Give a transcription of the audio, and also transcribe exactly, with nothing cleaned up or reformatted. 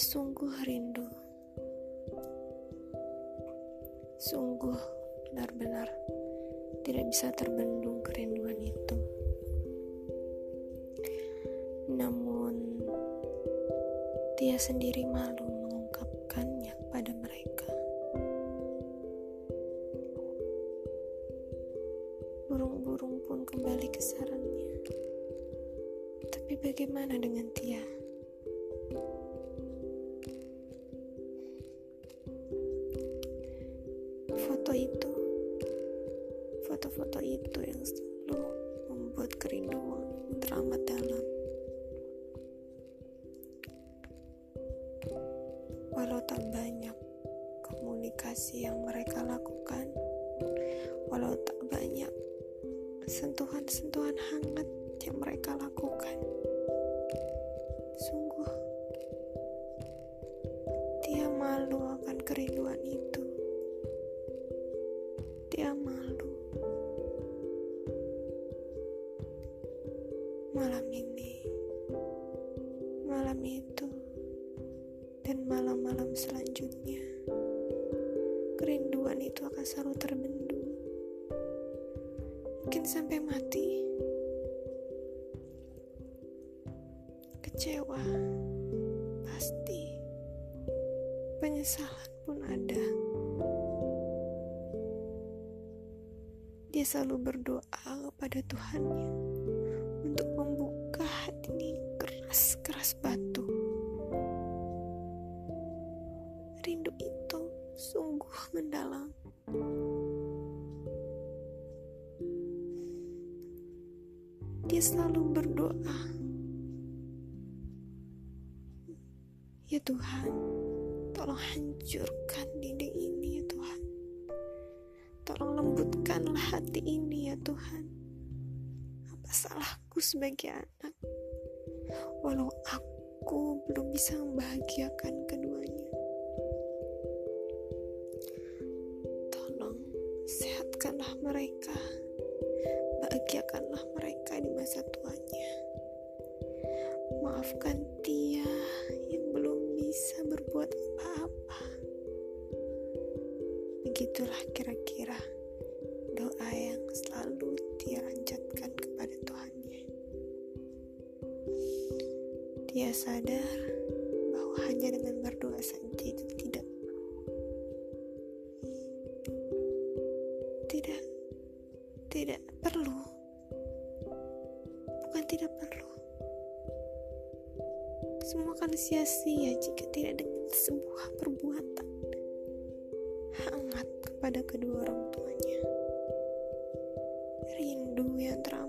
sungguh rindu, sungguh benar-benar tidak bisa terbendung kerinduan itu. Namun Tia sendiri malu mengungkapkannya pada mereka. Burung-burung pun kembali ke sarangnya. Tapi bagaimana dengan Tia? Foto itu, foto-foto itu yang selalu membuat kerinduan teramat dalam. Walau tak banyak komunikasi yang mereka lakukan, walau tak banyak sentuhan-sentuhan hangat yang mereka lakukan, sungguh Tia malu akan kerinduan itu. Tia malu. Malam ini, malam itu, dan malam-malam selanjutnya, kerinduan itu akan selalu terbendung, mungkin sampai mati. Kecewa pasti, penyesalan pun ada. Dia selalu berdoa kepada Tuhannya untuk membuka hati ini keras-keras batu. Rindu itu sungguh mendalam. Dia selalu berdoa, ya Tuhan, tolong hancurkan dinding ini ya Tuhan. Tolong lembutkanlah hati ini ya Tuhan. Apa salahku sebagai anak? Walau aku belum bisa membahagiakan keduanya. Tolong sehatkanlah mereka. Bahagiakanlah mereka di masa tuanya. Maafkan Tia yang belum bisa berbuat apa-apa. Begitulah kira-kira doa yang selalu Tia lanjutkan kepada Tuhannya. Tia sadar bahwa hanya dengan berdoa saja itu tidak tidak tidak perlu, bukan tidak perlu. Semua akan sia-sia jika tidak dengan sebuah perbuatan hangat kepada kedua orang tuanya. Rindu yang teramat